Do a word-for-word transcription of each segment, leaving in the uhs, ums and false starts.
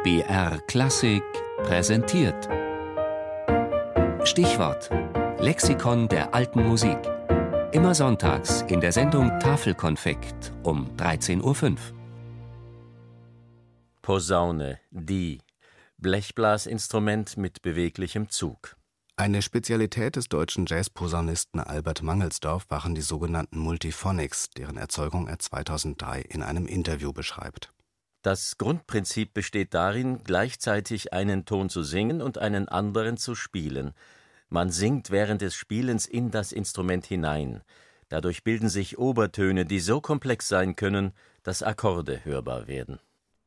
B R Klassik präsentiert. Stichwort: Lexikon der alten Musik. Immer sonntags in der Sendung Tafelkonfekt um dreizehn Uhr fünf. Posaune, die Blechblasinstrument mit beweglichem Zug. Eine Spezialität des deutschen Jazzposaunisten Albert Mangelsdorff waren die sogenannten Multiphonics, deren Erzeugung er zweitausenddrei in einem Interview beschreibt. Das Grundprinzip besteht darin, gleichzeitig einen Ton zu singen und einen anderen zu spielen. Man singt während des Spielens in das Instrument hinein. Dadurch bilden sich Obertöne, die so komplex sein können, dass Akkorde hörbar werden.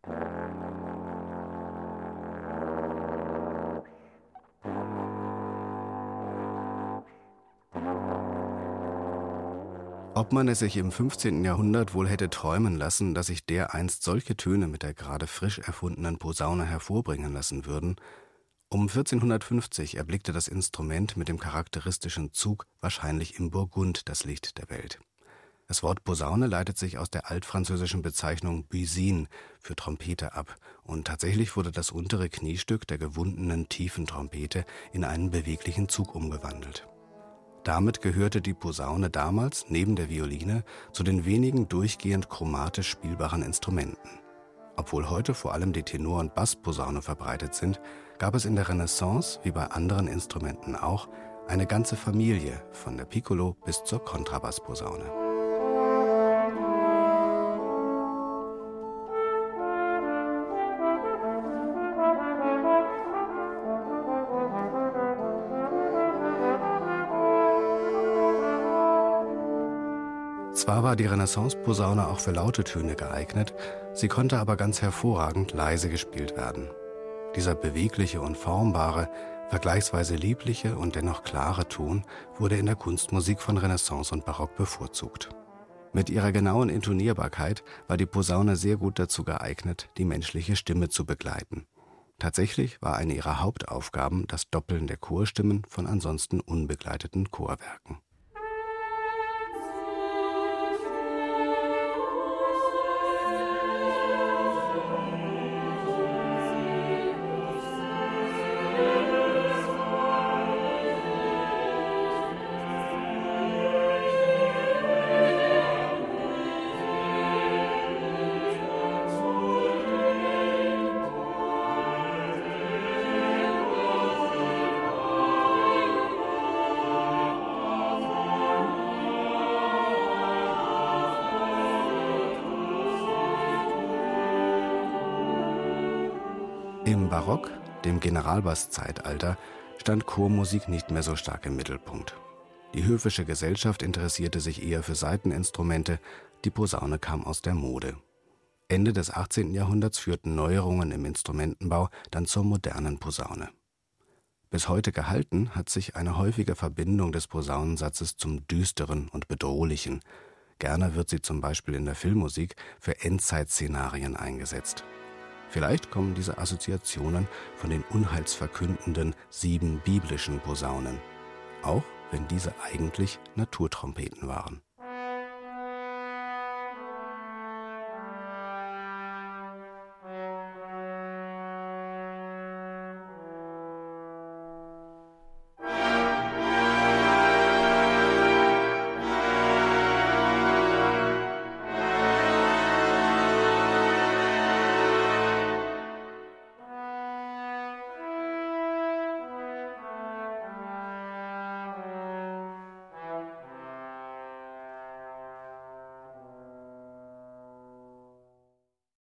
Ob man es sich im fünfzehnten Jahrhundert wohl hätte träumen lassen, dass sich dereinst solche Töne mit der gerade frisch erfundenen Posaune hervorbringen lassen würden? Um vierzehnhundertfünfzig erblickte das Instrument mit dem charakteristischen Zug wahrscheinlich im Burgund das Licht der Welt. Das Wort Posaune leitet sich aus der altfranzösischen Bezeichnung Buzzine für Trompete ab, und tatsächlich wurde das untere Kniestück der gewundenen tiefen Trompete in einen beweglichen Zug umgewandelt. Damit gehörte die Posaune damals neben der Violine zu den wenigen durchgehend chromatisch spielbaren Instrumenten. Obwohl heute vor allem die Tenor- und Bassposaune verbreitet sind, gab es in der Renaissance, wie bei anderen Instrumenten auch, eine ganze Familie, von der Piccolo bis zur Kontrabassposaune. Zwar war die Renaissance-Posaune auch für laute Töne geeignet, sie konnte aber ganz hervorragend leise gespielt werden. Dieser bewegliche und formbare, vergleichsweise liebliche und dennoch klare Ton wurde in der Kunstmusik von Renaissance und Barock bevorzugt. Mit ihrer genauen Intonierbarkeit war die Posaune sehr gut dazu geeignet, die menschliche Stimme zu begleiten. Tatsächlich war eine ihrer Hauptaufgaben das Doppeln der Chorstimmen von ansonsten unbegleiteten Chorwerken. Im Barock, dem Generalbass-Zeitalter, stand Chormusik nicht mehr so stark im Mittelpunkt. Die höfische Gesellschaft interessierte sich eher für Saiteninstrumente, die Posaune kam aus der Mode. Ende des achtzehnten Jahrhunderts führten Neuerungen im Instrumentenbau dann zur modernen Posaune. Bis heute gehalten hat sich eine häufige Verbindung des Posaunensatzes zum Düsteren und Bedrohlichen. Gerne wird sie zum Beispiel in der Filmmusik für Endzeitszenarien eingesetzt. Vielleicht kommen diese Assoziationen von den unheilsverkündenden sieben biblischen Posaunen, auch wenn diese eigentlich Naturtrompeten waren.